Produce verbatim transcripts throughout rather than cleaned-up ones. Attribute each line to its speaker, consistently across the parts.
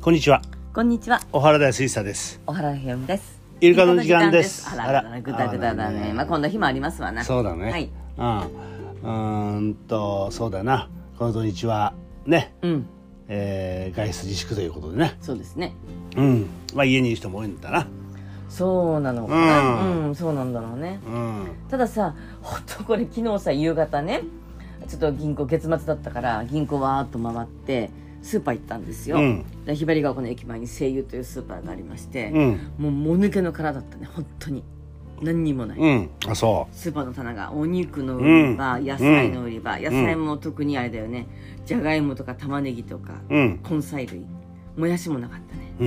Speaker 1: こんにちは。
Speaker 2: こんにちは。
Speaker 1: 小原田水産です。
Speaker 2: 小原ひろみです。
Speaker 1: イルカの時間です。
Speaker 2: あららら、ぐだぐだだね。まあこんな日もありますわな。
Speaker 1: そうだね。
Speaker 2: はい。
Speaker 1: うん。うーんとそうだな。この土日はね、うん、えー、外出自粛ということでね。
Speaker 2: そうですね。
Speaker 1: うん。まあ家にいる人も多いんだな。
Speaker 2: そうなのかな。うん、うん、そうなんだろうね。うん。たださ、ほんとこれ昨日さ夕方ね、ちょっと銀行月末だったから銀行わーっと回って。スーパー行ったんですよ、うん、でひばりが丘の駅前に西友というスーパーがありまして、うん、もうもぬけの殻だったね。本当に何にもない、うん、あそうスーパーの棚がお肉の売り場、うん、野菜の売り場、うん、野菜も特にあれだよね、じゃがいもとか玉ねぎとか、うん、根菜類もやしもなかったね、うん、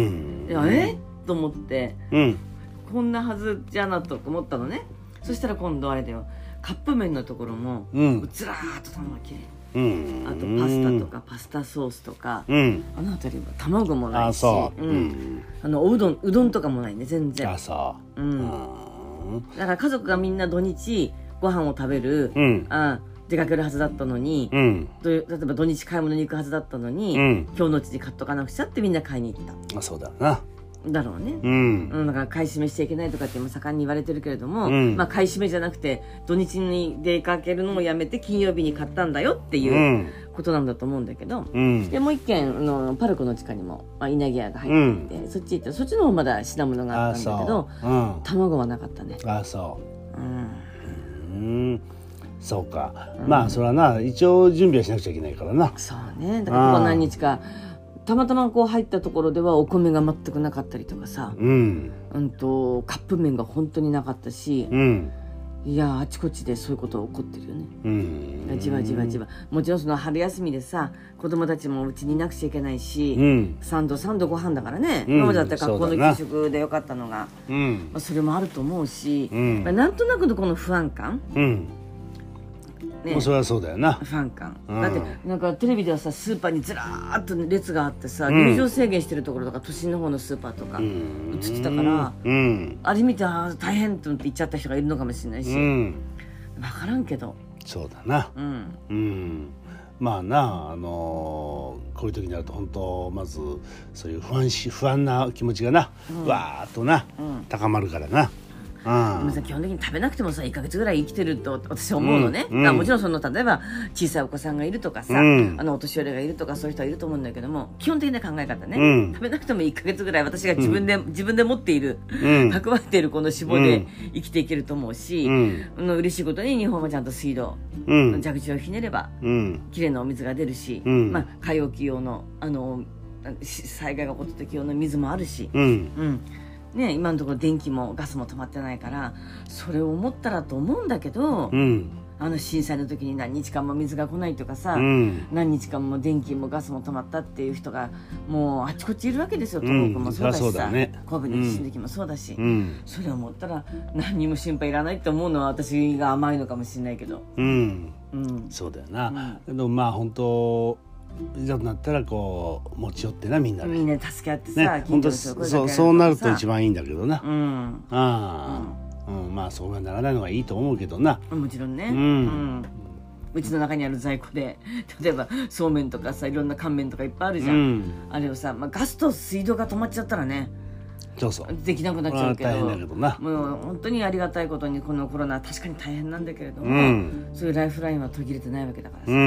Speaker 2: でえっと思って、うん、こんなはずじゃなと思ったのね。そしたら今度あれだよ、カップ麺のところも、うん、ずらーっと棚がきれい、うん、あとパスタとかパスタソースとか、うん、あの辺りは卵もないし、あ、うんうん、あのおうどんうどんとかもないね全然。あそう、うん、だから家族がみんな土日ご飯を食べる、うん、あ出かけるはずだったのに、うん、例えば土日買い物に行くはずだったのに、うん、今日のうちに買っとかなくちゃってみんな買いに行った。あそうだなだろうね、うんうん、だから買い占めしちゃいけないとかって盛んに言われてるけれども、うん、まあ買い占めじゃなくて土日に出かけるのもやめて金曜日に買ったんだよっていうことなんだと思うんだけど、うん、でもう一軒あのパルコの地下にも、まあ、稲毛屋が入っていて、うん、そっち行ってそっちの方まだ品物があったんだけど、うん、卵はなかったね。あそう、うん、うんそうか、うん、まあそれはな一応準備はしなくちゃいけないからな。そうね、だからここ何日かたまたまこう入ったところではお米が全くなかったりとかさ、うんうん、とカップ麺が本当になかったし、うん、いやあちこちでそういうことが起こってるよね、うん、じわじわじわ。もちろんその春休みでさ子供たちもうちにいなくちゃいけないし、うん、さんどさんどご飯だからね、うん、今までだったら学校の給食でよかったのが そ,、うんまあ、それもあると思うし、うんまあ、なんとなくのこの不安感、うんね、もうそれはそうだよな、ファン感、うん、だってなんかテレビではさスーパーにずらーっと列があってさ、うん、入場制限してるところとか都心の方のスーパーとか映ってたから、うん、あれ見てあ大変と思って行っちゃった人がいるのかもしれないし、うん、分からんけどそうだな、うんうん、まあなあのー、こういう時になると本当まずそういう不安し不安な気持ちがな、うん、わーっとな、うん、高まるからな。でもさ基本的に食べなくてもさいっかげつぐらい生きてると私は思うのね、うんうん、もちろんその例えば小さいお子さんがいるとかさ、うん、あのお年寄りがいるとかそういう人はいると思うんだけども基本的な考え方ね、うん、食べなくてもいっかげつぐらい私が自分で、うん、自分で持っている、うん、蓄えているこの脂肪で生きていけると思うし、うん、の嬉しいことに日本はちゃんと水道、うん、蛇口をひねれば、うん、きれいなお水が出るし、うんまあ、買い置き用の、あの災害が起こった時用の水もあるし、うんうんね、今のところ電気もガスも止まってないからそれを思ったらと思うんだけど、うん、あの震災の時に何日間も水が来ないとかさ、うん、何日間も電気もガスも止まったっていう人がもうあちこちいるわけですよ。東北もそうだしさ、うんね、神戸の地震の時もそうだし、うん、それを思ったら何にも心配いらないって思うのは私が甘いのかもしれないけど、うんうん、そうだよな、うん、でもまあ本当いざとなったらこう持ち寄ってなみんなでみんな助け合ってさ、ね、本当そうそうなると一番いいんだけどな、うん、ああ、うんうん、まあそうはならないのがいいと思うけどな、もちろんね、うんうん、うちの中にある在庫で例えばそうめんとかさいろんな乾麺とかいっぱいあるじゃん、うん、あれをさ、まあ、ガスと水道が止まっちゃったらねそうそうできなくなっちゃうけど、大変だけどな、もう本当にありがたいことにこのコロナ確かに大変なんだけれども、うん、そういうライフラインは途切れてないわけだからさ、うんうん、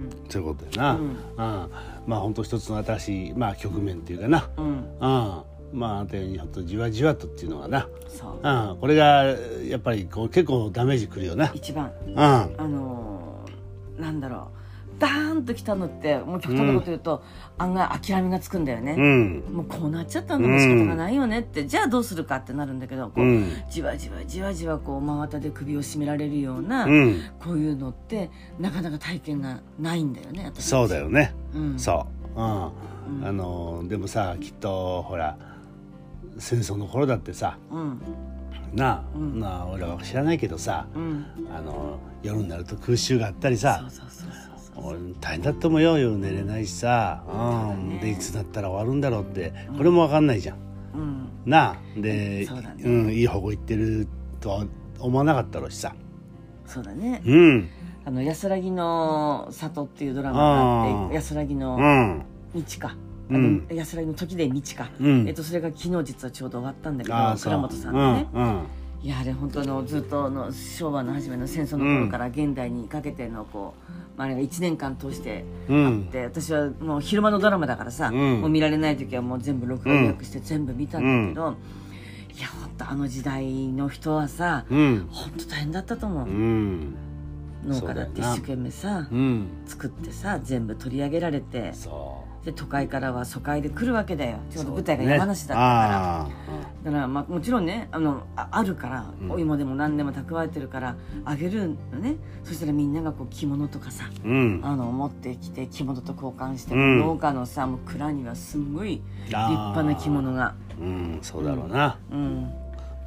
Speaker 2: そういうことだよな、うんうん、まあ本当一つの新しい、まあ、局面っていうかな、うん、あまああたようにほんとじわじわとっていうのがな、そうあこれがやっぱりこう結構ダメージくるよな一番、うん、あのー、なんだろうダーンときたのってもう極端なこと言うと、うん、案外諦めがつくんだよね、うん、もうこうなっちゃったんだも仕方がないよねって、うん、じゃあどうするかってなるんだけどこう、うん、じわじわじわじわこう真綿で首を絞められるような、うん、こういうのってなかなか体験がないんだよね。私そうだよね、うん、そう、うんうん、あのでもさきっとほら戦争の頃だってさ、うんなあ、うん、なあ俺は知らないけどさ、うん、あの夜になると空襲があったりさ、そうそうそう俺大変だと思うよ。夜寝れないしさ、うん、でいつだったら終わるんだろうってこれも分かんないじゃん、うん、なあで、そうだね、うん、いい方向行ってるとは思わなかったろうしさ。そうだね、うん、あの安らぎの里っていうドラマがあって安らぎの道か、 あの安らぎの時で道か、うん、えっと、それが昨日実はちょうど終わったんだけど、倉本さんのね、うんうん、いやあれ本当のずっとの昭和の初めの戦争の頃から現代にかけてのこう、まあ、あれがいちねんかん通してあって、うん、私はもう昼間のドラマだからさ、うん、もう見られない時はもう全部録画予約して全部見たんだけど、うん、いや本当あの時代の人はさ、うん、本当大変だったと思う、うん、農家だって一生懸命さ、うん、作ってさ全部取り上げられて、そうで都会からは疎開で来るわけだよ。ちょうど舞台が山梨だったから、ね、だから、まあ、もちろんね あ, の あ, あるから、うん、お芋でも何でも蓄えてるからあげるのね。そしたらみんながこう着物とかさ、うん、あの持ってきて着物と交換して、うん、農家のさもう蔵にはすごい立派な着物が、
Speaker 1: うん、そうだろうな、
Speaker 2: うんうんうん、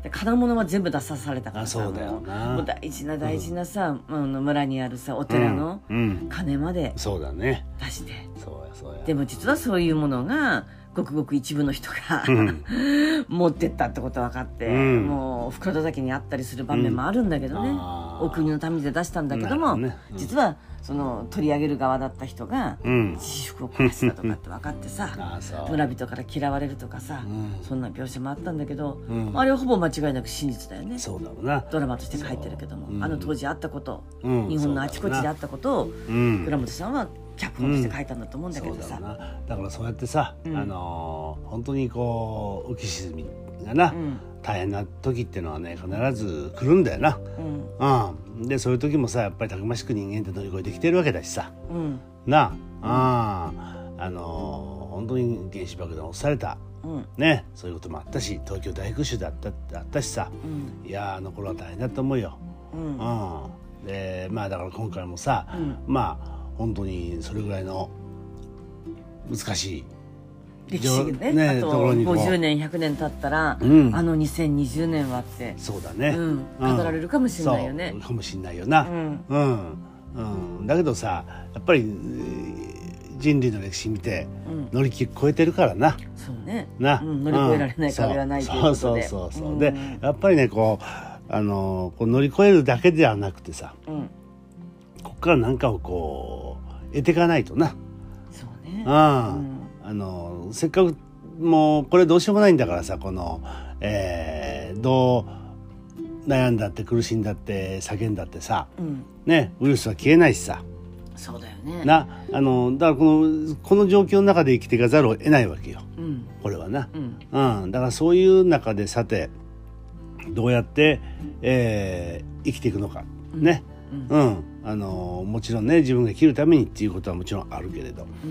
Speaker 2: で金物は全部出さされたからさ、そうだよな、もう大事な大事なさ、うん、村にあるさお寺の金まで出して、うんうん、そうだね、そうやそうや。でも実はそういうものがごくごく一部の人が、うん、持ってったってこと分かって、うん、もう袋叩きにあったりする場面もあるんだけどね、うん、お国のために出したんだけども、ね、うん、実はその取り上げる側だった人が自粛を壊したとかって分かってさ、うん、村人から嫌われるとかさ、うん、そんな描写もあったんだけど、うん、あれはほぼ間違いなく真実だよね。そうだろうな、ドラマとして書いてるけども、うん、あの当時あったこと、うん、日本のあちこちであったことを、うん、倉本さんは脚本として書いたんだと思うんだけどさ、うん、だ,
Speaker 1: だからそうやってさ、うん、あのー、本当にこう浮き沈みがな、うん、大変な時っていうのはね必ず来るんだよな、うんうん、でそういう時もさやっぱりたくましく人間って乗り越えてきてるわけだしさ、うん、なあ、うん、あ, あのー、本当に原子爆弾を押された、うんね、そういうこともあったし東京大空襲だったあったしさ、うん、いやあの頃は大変だと思うよ、うんうん、でまあだから今回もさ、うん、まあ本当にそれぐらいの難しい
Speaker 2: 歴史ね、ね、あとごじゅうねんひゃくねん経ったら、うん、あのにせんにじゅうねんはって
Speaker 1: そうだね、うん、
Speaker 2: 語られるかもしれないよね、
Speaker 1: そうかもしれないよな、うんうんうん、だけどさやっぱり人類の歴史見て乗り越えてるからな、
Speaker 2: そうね、な、うん、乗り越えられない壁はないということで、そうそうそうそう、うん、で
Speaker 1: やっぱりねこうあのこう乗り越えるだけではなくてさ、うんここから何かをこう得ていかないとな。
Speaker 2: そうね。
Speaker 1: あ、うん、あのせっかくもうこれどうしようもないんだからさこの、えー、どう悩んだって苦しんだって叫んだってさ、うん、ねウイルスは消えないしさ。
Speaker 2: そうだよね。
Speaker 1: なあのだからこのこの状況の中で生きていかざるを得ないわけよ。うん、これはな、うんうん。だからそういう中でさてどうやって、えー、生きていくのかね。うん、うん、あのもちろんね自分が生きるためにっていうことはもちろんあるけれど、うん、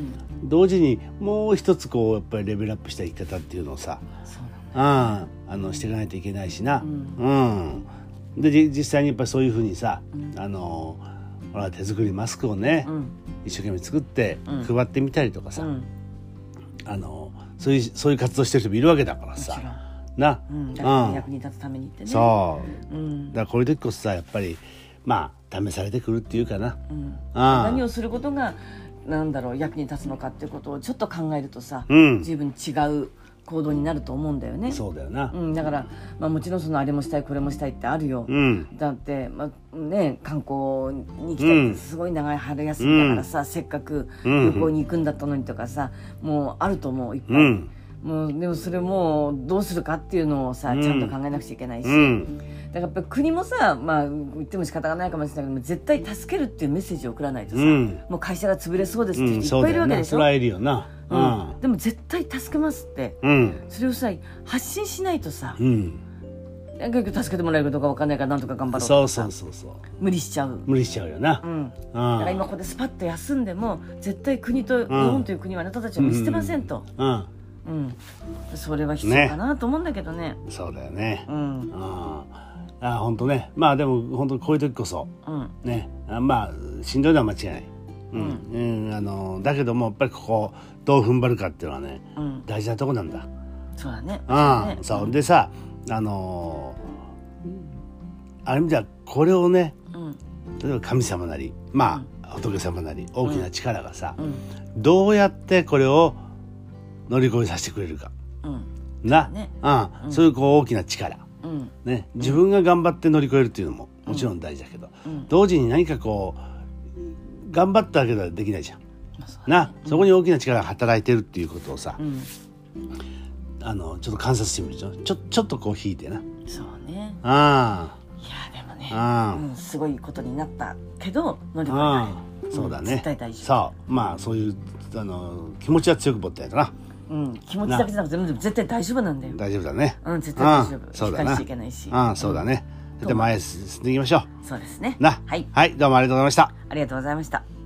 Speaker 1: 同時にもう一つこうやっぱりレベルアップした生き方っていうのをさああのしていかないといけないしな、うんうん、で実際にやっぱりそういうふうにさ、うん、あのほら手作りマスクをね、うん、一生懸命作って配ってみたりとかさ、うん、あのそういうそういう活動してる人もいるわけだからさな、
Speaker 2: うん、役に立つためにってね、
Speaker 1: そう、うん、だからこういう時こそさやっぱりまあ試されてくるっていうかな、うん、
Speaker 2: 何をすることがなんだろう役に立つのかっていうことをちょっと考えるとさ、うん、随分違う行動になると思うんだよね。
Speaker 1: そうだよな、
Speaker 2: うん、だから、まあ、もちろんそのあれもしたいこれもしたいってあるよ、うん、だって、まあね、観光に行きたいってすごい長い春休みだからさ、うん、せっかく旅行に行くんだったのにとかさ、もうあると思ういっぱい、うん、もうでもそれもどうするかっていうのをさちゃんと考えなくちゃいけないし、うん、だからやっぱり国もさ、まあ、言っても仕方がないかもしれないけど絶対助けるっていうメッセージを送らないとさ、うん、もう会社が潰れそうですって人いっぱいいるわけでしょ、
Speaker 1: うん、それはいるよな、
Speaker 2: うんうん、でも絶対助けますって、うん、それをさ発信しないとさ、うん、結局助けてもらえるかどうか分かんないからなんとか頑張ろうとかさ、そうそうそうそう無理しちゃう
Speaker 1: 無理しちゃうよな、
Speaker 2: うん、だから今ここでスパッと休んでも絶対国と、うん、日本という国はあなたたちを見捨てませんと、うんうんうん、それは必要かなと思うんだけど ね, ね
Speaker 1: そうだよね、うん、ああ本当ねまあでも本当こういう時こそ、うん、ねあまあしんどいのは間違いない、うんうん、あのだけどもやっぱりここどう踏ん張るかっていうのはね、うん、大事なとこなんだ。
Speaker 2: そうだね、
Speaker 1: ああそうでさあのー、ある意味ではこれをね、うん、例えば神様なりまあ、うん、仏様なり大きな力がさ、うん、どうやってこれを乗り越えさせてくれるか、うん、な、ねうん、そういうこう大きな力、うんね、自分が頑張って乗り越えるっていうのももちろん大事だけど、うん、同時に何かこう頑張ったわけではできないじゃん、 な、そこに大きな力が働いてるっていうことをさ、
Speaker 2: うん、
Speaker 1: あのちょっと観察してみるでしょ。ちょちょっとこう引いてな。
Speaker 2: そうね。
Speaker 1: あ
Speaker 2: いやでもね、
Speaker 1: あ、
Speaker 2: うん、すごいことになったけど乗り越えられる。
Speaker 1: そうだね、
Speaker 2: 絶対大丈夫。
Speaker 1: そうまあそういうあの気持ちは強く持ったやつな。
Speaker 2: うん、気持ちだけじゃなくて全部絶対大丈夫なんだよ。
Speaker 1: 大丈夫だね。
Speaker 2: うん、絶対大丈夫。
Speaker 1: そうだな。
Speaker 2: 引かなきゃいけないし。
Speaker 1: うん、そうだね。で前へ進んでいきましょう。
Speaker 2: そうですね。
Speaker 1: な、
Speaker 2: はい、
Speaker 1: はい、どうもありがとうございました。
Speaker 2: ありがとうございました。